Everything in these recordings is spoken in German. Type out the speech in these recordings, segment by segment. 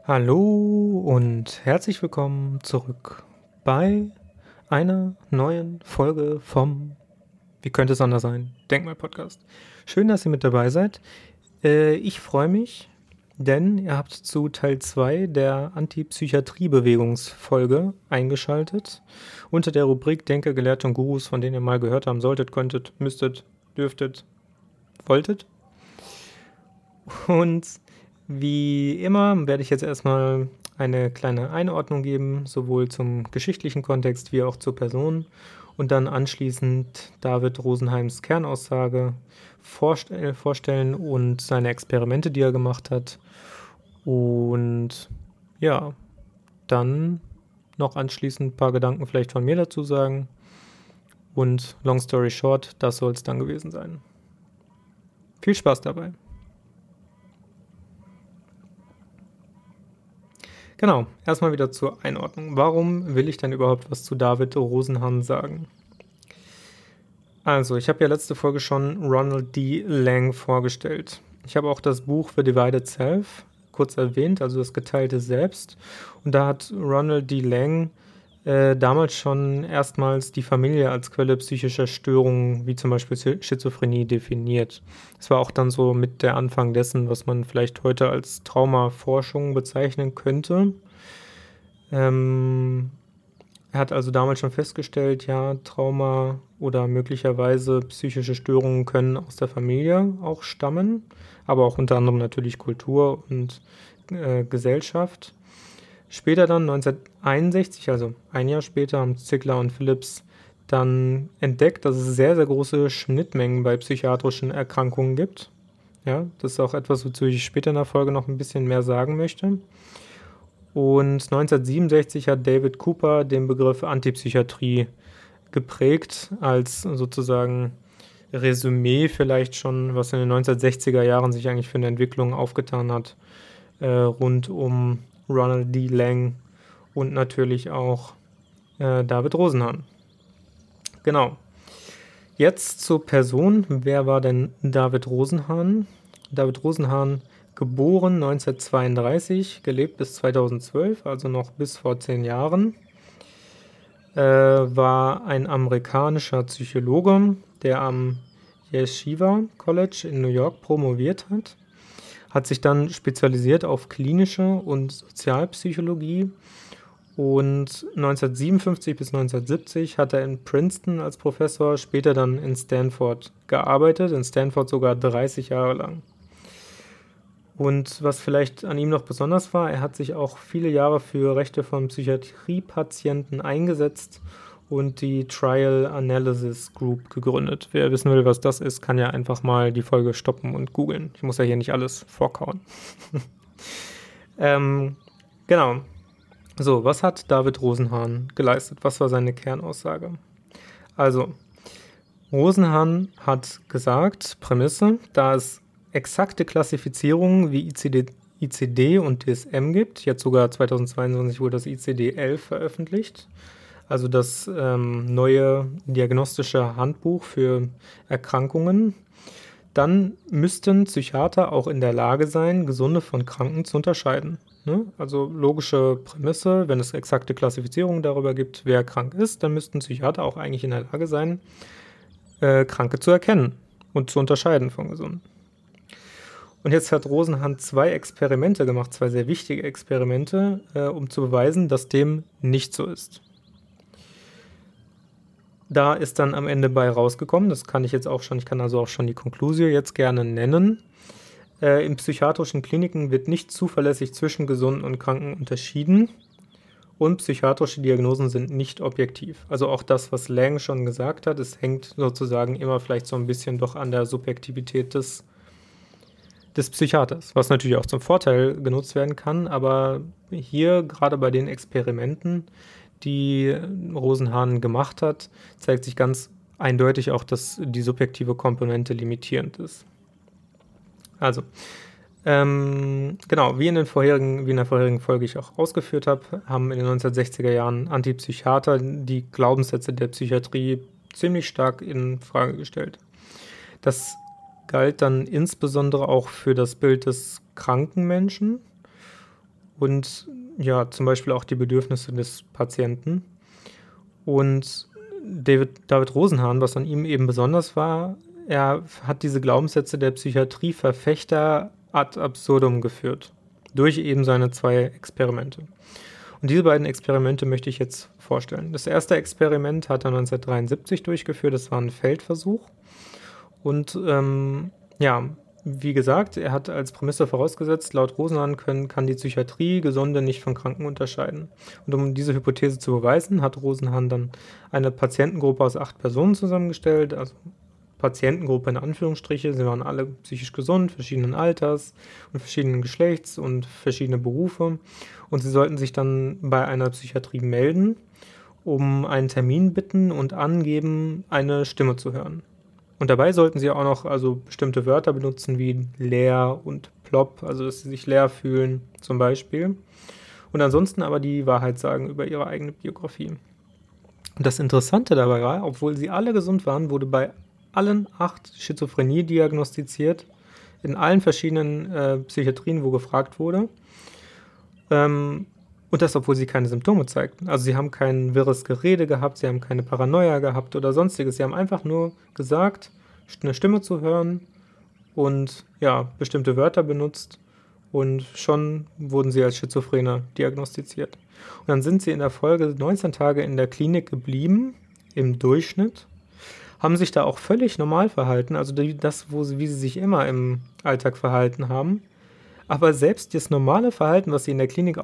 Hallo und herzlich willkommen zurück bei einer neuen Folge vom Wie könnte es anders sein? Denkmal-Podcast. Schön, dass ihr mit dabei seid. Ich freue mich, denn ihr habt zu Teil 2 der Antipsychiatrie-Bewegungsfolge eingeschaltet. Unter der Rubrik Denker, Gelehrte und Gurus, von denen ihr mal gehört haben solltet, könntet, müsstet, dürftet, wolltet. Und wie immer werde ich jetzt erstmal eine kleine Einordnung geben, sowohl zum geschichtlichen Kontext wie auch zur Person und dann anschließend David Rosenheims Kernaussage vorstellen und seine Experimente, die er gemacht hat. Und ja, dann noch anschließend ein paar Gedanken vielleicht von mir dazu sagen. Und long story short, das soll es dann gewesen sein. Viel Spaß dabei. Genau, erstmal wieder zur Einordnung. Warum will ich denn überhaupt was zu David Rosenhan sagen? Also, ich habe ja letzte Folge schon Ronald D. Lang vorgestellt. Ich habe auch das Buch The Divided Self kurz erwähnt, also das geteilte Selbst. Und da hat Ronald D. Lang damals schon erstmals die Familie als Quelle psychischer Störungen, wie zum Beispiel Schizophrenie, definiert. Das war auch dann so mit der Anfang dessen, was man vielleicht heute als Traumaforschung bezeichnen könnte. Er hat also damals schon festgestellt, ja, Trauma oder möglicherweise psychische Störungen können aus der Familie auch stammen, aber auch unter anderem natürlich Kultur und Gesellschaft. Später dann 1961, also ein Jahr später, haben Ziegler und Phillips dann entdeckt, dass es sehr, sehr große Schnittmengen bei psychiatrischen Erkrankungen gibt. Ja, das ist auch etwas, wozu ich später in der Folge noch ein bisschen mehr sagen möchte. Und 1967 hat David Cooper den Begriff Antipsychiatrie geprägt, als sozusagen Resümee vielleicht schon, was in den 1960er Jahren sich eigentlich für eine Entwicklung aufgetan hat, rund um Ronald D. Lang und natürlich auch David Rosenhan. Genau. Jetzt zur Person. Wer war denn David Rosenhan? David Rosenhan, geboren 1932, gelebt bis 2012, also noch bis vor 10 Jahren, war ein amerikanischer Psychologe, der am Yeshiva College in New York promoviert hat sich dann spezialisiert auf klinische und Sozialpsychologie und 1957 bis 1970 hat er in Princeton als Professor, später dann in Stanford gearbeitet, in Stanford sogar 30 Jahre lang. Und was vielleicht an ihm noch besonders war, er hat sich auch viele Jahre für Rechte von Psychiatriepatienten eingesetzt und die Trial Analysis Group gegründet. Wer wissen will, was das ist, kann ja einfach mal die Folge stoppen und googeln. Ich muss ja hier nicht alles vorkauen. Genau. So, was hat David Rosenhan geleistet? Was war seine Kernaussage? Also, Rosenhan hat gesagt, da es exakte Klassifizierungen wie ICD und DSM gibt, jetzt sogar 2022 wurde das ICD-11 veröffentlicht, also das neue diagnostische Handbuch für Erkrankungen, dann müssten Psychiater auch in der Lage sein, Gesunde von Kranken zu unterscheiden. Ne? Also logische Prämisse, wenn es exakte Klassifizierungen darüber gibt, wer krank ist, dann müssten Psychiater auch eigentlich in der Lage sein, Kranke zu erkennen und zu unterscheiden von Gesunden. Und jetzt hat Rosenhan 2 Experimente gemacht, 2 sehr wichtige Experimente, um zu beweisen, dass dem nicht so ist. Da ist dann am Ende bei rausgekommen, das kann ich jetzt auch schon, ich kann also auch schon die Konklusion jetzt gerne nennen. In psychiatrischen Kliniken wird nicht zuverlässig zwischen Gesunden und Kranken unterschieden und psychiatrische Diagnosen sind nicht objektiv. Also auch das, was Lang schon gesagt hat, es hängt sozusagen immer vielleicht so ein bisschen doch an der Subjektivität des Psychiaters, was natürlich auch zum Vorteil genutzt werden kann, aber hier gerade bei den Experimenten, die Rosenhan gemacht hat, zeigt sich ganz eindeutig auch, dass die subjektive Komponente limitierend ist. Also, genau, wie in der vorherigen Folge ich auch ausgeführt habe, haben in den 1960er Jahren Antipsychiater die Glaubenssätze der Psychiatrie ziemlich stark in Frage gestellt. Das galt dann insbesondere auch für das Bild des kranken Menschen und ja, zum Beispiel auch die Bedürfnisse des Patienten. Und David Rosenhan, was an ihm eben besonders war, er hat diese Glaubenssätze der Psychiatrie-Verfechter ad absurdum geführt. Durch eben seine 2 Experimente. Und diese beiden Experimente möchte ich jetzt vorstellen. Das erste Experiment hat er 1973 durchgeführt, das war ein Feldversuch. Und ja, wie gesagt, er hat als Prämisse vorausgesetzt, laut Rosenhan kann die Psychiatrie Gesunde nicht von Kranken unterscheiden. Und um diese Hypothese zu beweisen, hat Rosenhan dann eine Patientengruppe aus 8 Personen zusammengestellt, also Patientengruppe in Anführungsstriche. Sie waren alle psychisch gesund, verschiedenen Alters und verschiedenen Geschlechts und verschiedene Berufe. Und sie sollten sich dann bei einer Psychiatrie melden, um einen Termin bitten und angeben, eine Stimme zu hören. Und dabei sollten sie auch noch also bestimmte Wörter benutzen wie leer und plopp, also dass sie sich leer fühlen zum Beispiel. Und ansonsten aber die Wahrheit sagen über ihre eigene Biografie. Und das Interessante dabei war, obwohl sie alle gesund waren, wurde bei allen 8 Schizophrenie diagnostiziert, in allen verschiedenen Psychiatrien, wo gefragt wurde. Und das, obwohl sie keine Symptome zeigten. Also sie haben kein wirres Gerede gehabt, sie haben keine Paranoia gehabt oder sonstiges. Sie haben einfach nur gesagt, eine Stimme zu hören und ja, bestimmte Wörter benutzt und schon wurden sie als Schizophrene diagnostiziert. Und dann sind sie in der Folge 19 Tage in der Klinik geblieben, im Durchschnitt, haben sich da auch völlig normal verhalten, also wie sie sich immer im Alltag verhalten haben. Aber selbst das normale Verhalten, was sie in der Klinik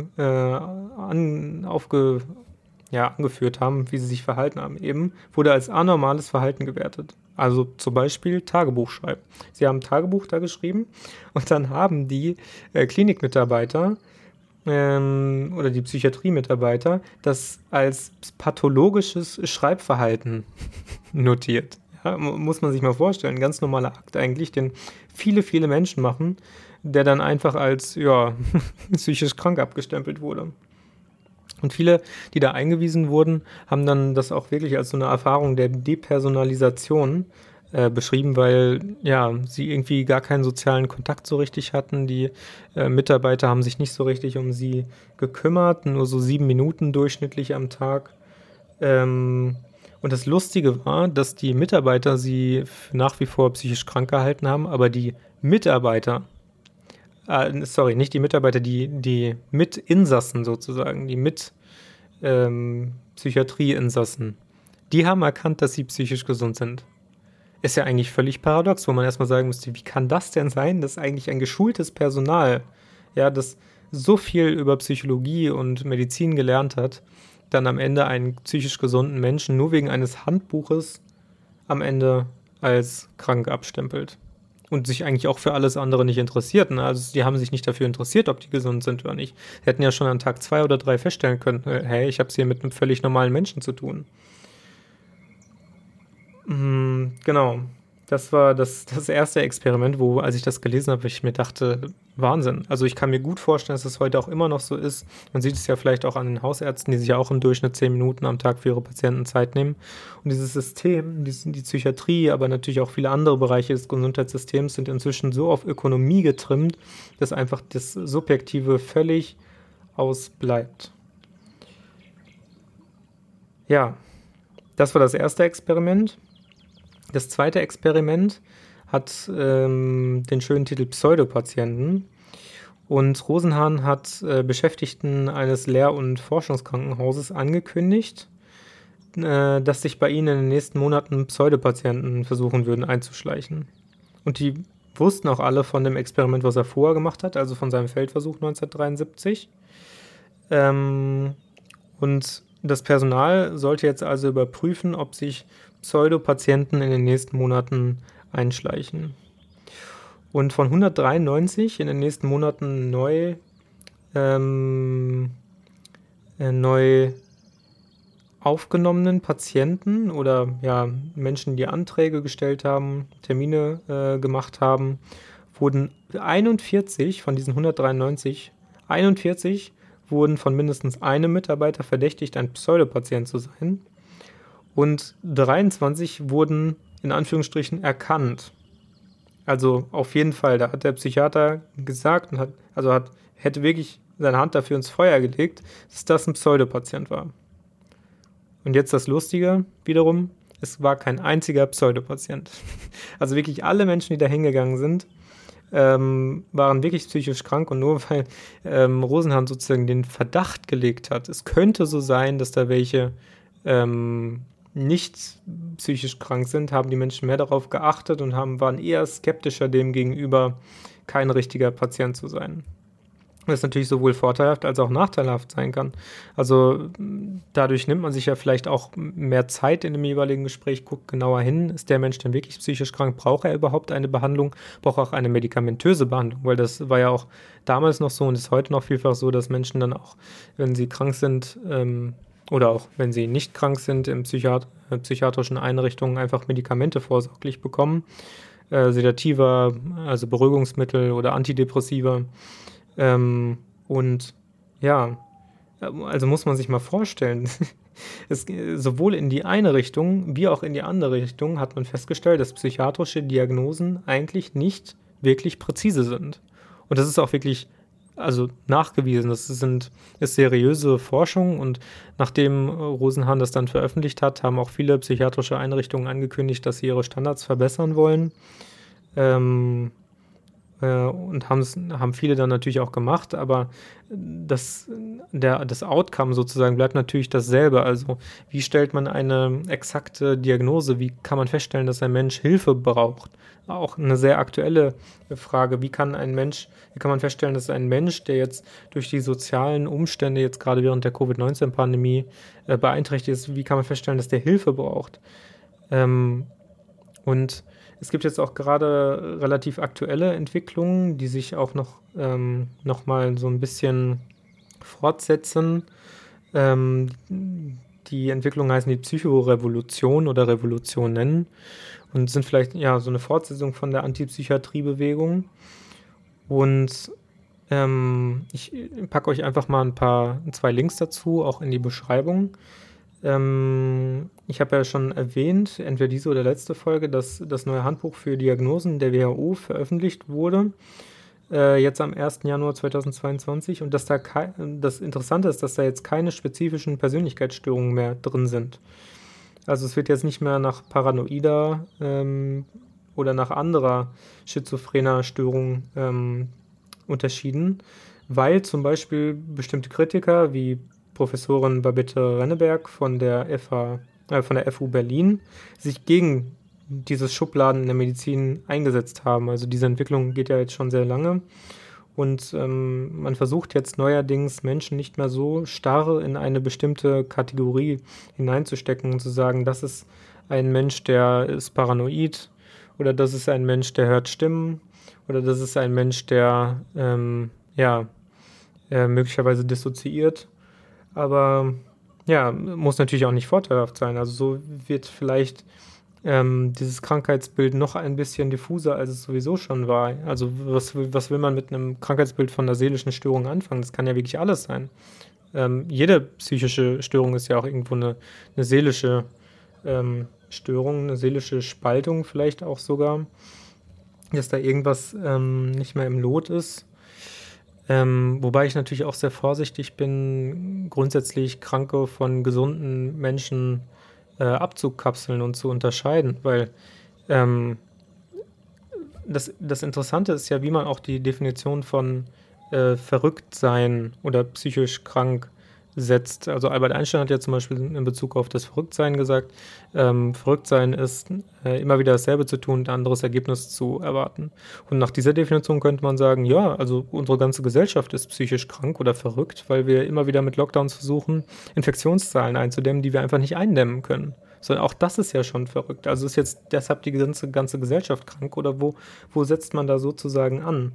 angeführt haben, wie sie sich verhalten haben, eben, wurde als anormales Verhalten gewertet. Also zum Beispiel Tagebuch schreiben. Sie haben ein Tagebuch da geschrieben und dann haben die Klinikmitarbeiter oder die Psychiatriemitarbeiter das als pathologisches Schreibverhalten notiert. Ja, muss man sich mal vorstellen. Ein ganz normaler Akt eigentlich, den viele, viele Menschen machen, der dann einfach als psychisch krank abgestempelt wurde. Und viele, die da eingewiesen wurden, haben dann das auch wirklich als so eine Erfahrung der Depersonalisation beschrieben, weil sie irgendwie gar keinen sozialen Kontakt so richtig hatten. Die Mitarbeiter haben sich nicht so richtig um sie gekümmert, nur so 7 Minuten durchschnittlich am Tag. Und das Lustige war, dass die Mitarbeiter sie nach wie vor psychisch krank gehalten haben, aber die Mitarbeiter, nicht die Mitarbeiter, die Mitinsassen sozusagen, die Psychiatrieinsassen, die haben erkannt, dass sie psychisch gesund sind. Ist ja eigentlich völlig paradox, wo man erstmal sagen müsste, wie kann das denn sein, dass eigentlich ein geschultes Personal, das so viel über Psychologie und Medizin gelernt hat, dann am Ende einen psychisch gesunden Menschen nur wegen eines Handbuches am Ende als krank abstempelt. Und sich eigentlich auch für alles andere nicht interessiert. Ne? Also die haben sich nicht dafür interessiert, ob die gesund sind oder nicht. Sie hätten ja schon an Tag 2 oder 3 feststellen können, hey, ich habe es hier mit einem völlig normalen Menschen zu tun. Genau. Das war das erste Experiment, wo, als ich das gelesen habe, ich mir dachte, Wahnsinn. Also ich kann mir gut vorstellen, dass es heute auch immer noch so ist. Man sieht es ja vielleicht auch an den Hausärzten, die sich ja auch im Durchschnitt 10 Minuten am Tag für ihre Patienten Zeit nehmen. Und dieses System, die Psychiatrie, aber natürlich auch viele andere Bereiche des Gesundheitssystems sind inzwischen so auf Ökonomie getrimmt, dass einfach das Subjektive völlig ausbleibt. Ja, das war das erste Experiment. Das zweite Experiment hat den schönen Titel Pseudopatienten. Und Rosenhan hat Beschäftigten eines Lehr- und Forschungskrankenhauses angekündigt, dass sich bei ihnen in den nächsten Monaten Pseudopatienten versuchen würden einzuschleichen. Und die wussten auch alle von dem Experiment, was er vorher gemacht hat, also von seinem Feldversuch 1973. Und das Personal sollte jetzt also überprüfen, ob sich Pseudopatienten in den nächsten Monaten einschleichen. Und von 193 in den nächsten Monaten neu aufgenommenen Patienten oder Menschen, die Anträge gestellt haben, Termine gemacht haben, wurden 41 von diesen 193, 41 wurden von mindestens einem Mitarbeiter verdächtigt, ein Pseudopatient zu sein. Und 23 wurden in Anführungsstrichen erkannt. Also auf jeden Fall, da hat der Psychiater gesagt und hätte wirklich seine Hand dafür ins Feuer gelegt, dass das ein Pseudopatient war. Und jetzt das Lustige wiederum, es war kein einziger Pseudopatient. Also wirklich alle Menschen, die da hingegangen sind, waren wirklich psychisch krank, und nur weil Rosenhan sozusagen den Verdacht gelegt hat, es könnte so sein, dass da welche nicht psychisch krank sind, haben die Menschen mehr darauf geachtet und waren eher skeptischer dem gegenüber, kein richtiger Patient zu sein. Das natürlich sowohl vorteilhaft als auch nachteilhaft sein kann. Also dadurch nimmt man sich ja vielleicht auch mehr Zeit in dem jeweiligen Gespräch, guckt genauer hin, ist der Mensch denn wirklich psychisch krank, braucht er überhaupt eine Behandlung, braucht er auch eine medikamentöse Behandlung, weil das war ja auch damals noch so und ist heute noch vielfach so, dass Menschen dann auch, wenn sie krank sind, oder auch wenn sie nicht krank sind, in psychiatrischen Einrichtungen einfach Medikamente vorsorglich bekommen, Sedativa, also Beruhigungsmittel oder Antidepressiva. Und ja, also muss man sich mal vorstellen, sowohl in die eine Richtung wie auch in die andere Richtung hat man festgestellt, dass psychiatrische Diagnosen eigentlich nicht wirklich präzise sind. Und das ist auch wirklich nachgewiesen. Das ist seriöse Forschung, und nachdem Rosenhan das dann veröffentlicht hat, haben auch viele psychiatrische Einrichtungen angekündigt, dass sie ihre Standards verbessern wollen. Und haben viele dann natürlich auch gemacht, aber das Outcome sozusagen bleibt natürlich dasselbe. Also wie stellt man eine exakte Diagnose? Wie kann man feststellen, dass ein Mensch Hilfe braucht? Auch eine sehr aktuelle Frage. Wie kann man feststellen, dass ein Mensch, der jetzt durch die sozialen Umstände jetzt gerade während der Covid-19-Pandemie beeinträchtigt ist, wie kann man feststellen, dass der Hilfe braucht? Und es gibt jetzt auch gerade relativ aktuelle Entwicklungen, die sich auch noch mal so ein bisschen fortsetzen. Die Entwicklungen heißen die Psychorevolution oder Revolution nennen und sind vielleicht so eine Fortsetzung von der Antipsychiatriebewegung. Und ich packe euch einfach mal zwei Links dazu, auch in die Beschreibung. Ich habe ja schon erwähnt, entweder diese oder letzte Folge, dass das neue Handbuch für Diagnosen der WHO veröffentlicht wurde, jetzt am 1. Januar 2022, und dass das Interessante ist, dass da jetzt keine spezifischen Persönlichkeitsstörungen mehr drin sind. Also es wird jetzt nicht mehr nach paranoider oder nach anderer schizophrener Störung unterschieden, weil zum Beispiel bestimmte Kritiker wie Professorin Babette Renneberg von der FU Berlin sich gegen dieses Schubladen in der Medizin eingesetzt haben. Also diese Entwicklung geht ja jetzt schon sehr lange, und man versucht jetzt neuerdings Menschen nicht mehr so starr in eine bestimmte Kategorie hineinzustecken und zu sagen, das ist ein Mensch, der ist paranoid, oder das ist ein Mensch, der hört Stimmen, oder das ist ein Mensch, der möglicherweise dissoziiert. Aber muss natürlich auch nicht vorteilhaft sein. Also so wird vielleicht dieses Krankheitsbild noch ein bisschen diffuser, als es sowieso schon war. Also was will man mit einem Krankheitsbild von einer seelischen Störung anfangen? Das kann ja wirklich alles sein. Jede psychische Störung ist ja auch irgendwo eine seelische Störung, eine seelische Spaltung vielleicht auch sogar, dass da irgendwas nicht mehr im Lot ist. Wobei ich natürlich auch sehr vorsichtig bin, grundsätzlich Kranke von gesunden Menschen abzukapseln und zu unterscheiden, weil das Interessante ist ja, wie man auch die Definition von verrückt sein oder psychisch krank setzt. Also Albert Einstein hat ja zum Beispiel in Bezug auf das Verrücktsein gesagt, Verrücktsein ist immer wieder dasselbe zu tun und ein anderes Ergebnis zu erwarten. Und nach dieser Definition könnte man sagen, ja, also unsere ganze Gesellschaft ist psychisch krank oder verrückt, weil wir immer wieder mit Lockdowns versuchen, Infektionszahlen einzudämmen, die wir einfach nicht eindämmen können. Sondern auch das ist ja schon verrückt. Also ist jetzt deshalb die ganze Gesellschaft krank, oder wo setzt man da sozusagen an?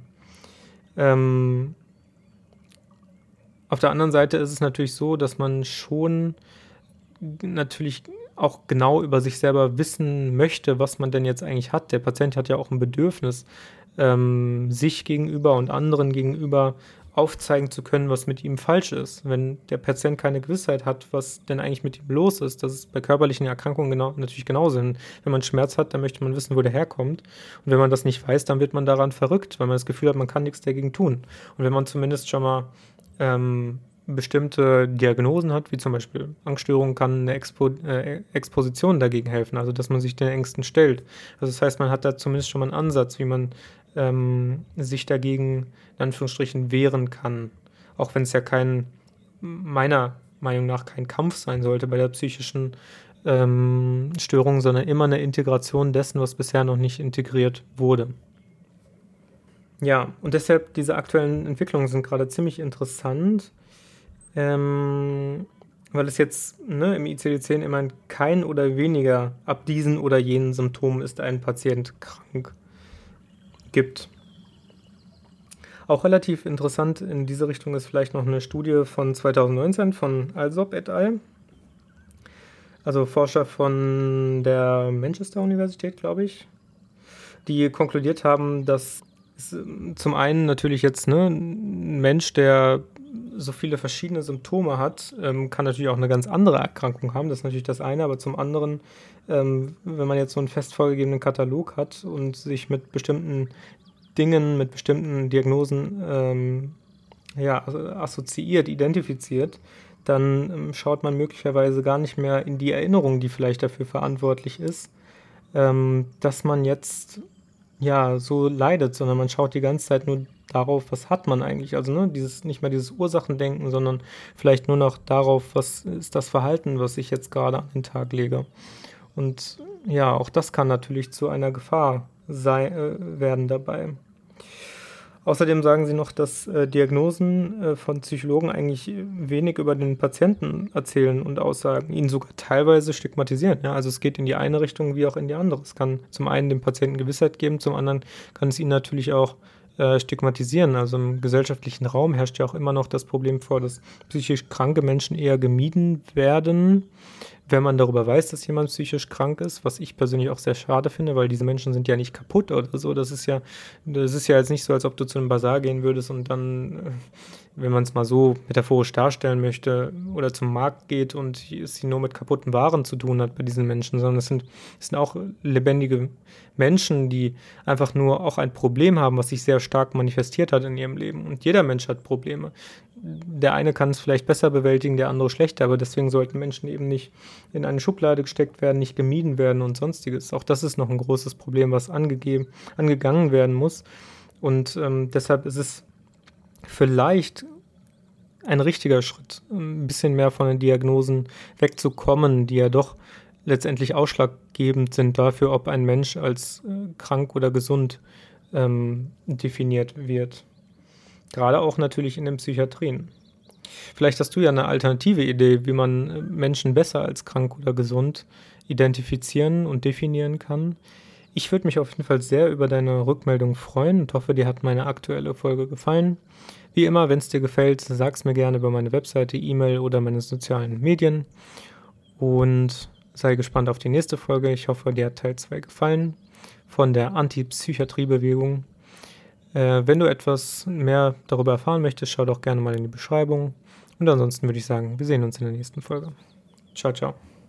Auf der anderen Seite ist es natürlich so, dass man schon natürlich auch genau über sich selber wissen möchte, was man denn jetzt eigentlich hat. Der Patient hat ja auch ein Bedürfnis, sich gegenüber und anderen gegenüber aufzeigen zu können, was mit ihm falsch ist. Wenn der Patient keine Gewissheit hat, was denn eigentlich mit ihm los ist, das ist bei körperlichen Erkrankungen natürlich genauso. Wenn man Schmerz hat, dann möchte man wissen, wo der herkommt. Und wenn man das nicht weiß, dann wird man daran verrückt, weil man das Gefühl hat, man kann nichts dagegen tun. Und wenn man zumindest schon mal bestimmte Diagnosen hat, wie zum Beispiel Angststörungen, kann eine Exposition dagegen helfen, also dass man sich den Ängsten stellt. Also das heißt, man hat da zumindest schon mal einen Ansatz, wie man sich dagegen in Anführungsstrichen wehren kann. Auch wenn es ja meiner Meinung nach kein Kampf sein sollte bei der psychischen Störung, sondern immer eine Integration dessen, was bisher noch nicht integriert wurde. Ja, und deshalb diese aktuellen Entwicklungen sind gerade ziemlich interessant, weil es jetzt im ICD-10 immerhin kein oder weniger ab diesen oder jenen Symptomen ist ein Patient krank gibt. Auch relativ interessant in diese Richtung ist vielleicht noch eine Studie von 2019 von Alsop et al., also Forscher von der Manchester-Universität, glaube ich, die konkludiert haben, dass zum einen natürlich jetzt ein Mensch, der so viele verschiedene Symptome hat, kann natürlich auch eine ganz andere Erkrankung haben. Das ist natürlich das eine, aber zum anderen, wenn man jetzt so einen fest vorgegebenen Katalog hat und sich mit bestimmten Dingen, mit bestimmten Diagnosen assoziiert, identifiziert, dann schaut man möglicherweise gar nicht mehr in die Erinnerung, die vielleicht dafür verantwortlich ist, dass man jetzt so leidet, sondern man schaut die ganze Zeit nur darauf, was hat man eigentlich. Also nicht mehr dieses Ursachendenken, sondern vielleicht nur noch darauf, was ist das Verhalten, was ich jetzt gerade an den Tag lege. Und ja, auch das kann natürlich zu einer Gefahr werden dabei. Außerdem sagen sie noch, dass Diagnosen von Psychologen eigentlich wenig über den Patienten erzählen und aussagen, ihn sogar teilweise stigmatisieren. Ja? Also es geht in die eine Richtung wie auch in die andere. Es kann zum einen dem Patienten Gewissheit geben, zum anderen kann es ihn natürlich auch stigmatisieren. Also im gesellschaftlichen Raum herrscht ja auch immer noch das Problem vor, dass psychisch kranke Menschen eher gemieden werden, wenn man darüber weiß, dass jemand psychisch krank ist, was ich persönlich auch sehr schade finde, weil diese Menschen sind ja nicht kaputt oder so. Das ist ja jetzt nicht so, als ob du zu einem Bazar gehen würdest und dann, wenn man es mal so metaphorisch darstellen möchte, oder zum Markt geht und es nur mit kaputten Waren zu tun hat bei diesen Menschen, sondern es sind auch lebendige Menschen, die einfach nur auch ein Problem haben, was sich sehr stark manifestiert hat in ihrem Leben. Und jeder Mensch hat Probleme. Der eine kann es vielleicht besser bewältigen, der andere schlechter, aber deswegen sollten Menschen eben nicht in eine Schublade gesteckt werden, nicht gemieden werden und sonstiges. Auch das ist noch ein großes Problem, was angegangen werden muss. Und deshalb ist es vielleicht ein richtiger Schritt, ein bisschen mehr von den Diagnosen wegzukommen, die ja doch letztendlich ausschlaggebend sind dafür, ob ein Mensch als krank oder gesund definiert wird. Gerade auch natürlich in den Psychiatrien. Vielleicht hast du ja eine alternative Idee, wie man Menschen besser als krank oder gesund identifizieren und definieren kann. Ich würde mich auf jeden Fall sehr über deine Rückmeldung freuen und hoffe, dir hat meine aktuelle Folge gefallen. Wie immer, wenn es dir gefällt, sag's mir gerne über meine Webseite, E-Mail oder meine sozialen Medien. Und sei gespannt auf die nächste Folge. Ich hoffe, dir hat Teil 2 gefallen von der Anti-Psychiatrie-Bewegung. Wenn du etwas mehr darüber erfahren möchtest, schau doch gerne mal in die Beschreibung. Und ansonsten würde ich sagen, wir sehen uns in der nächsten Folge. Ciao, ciao.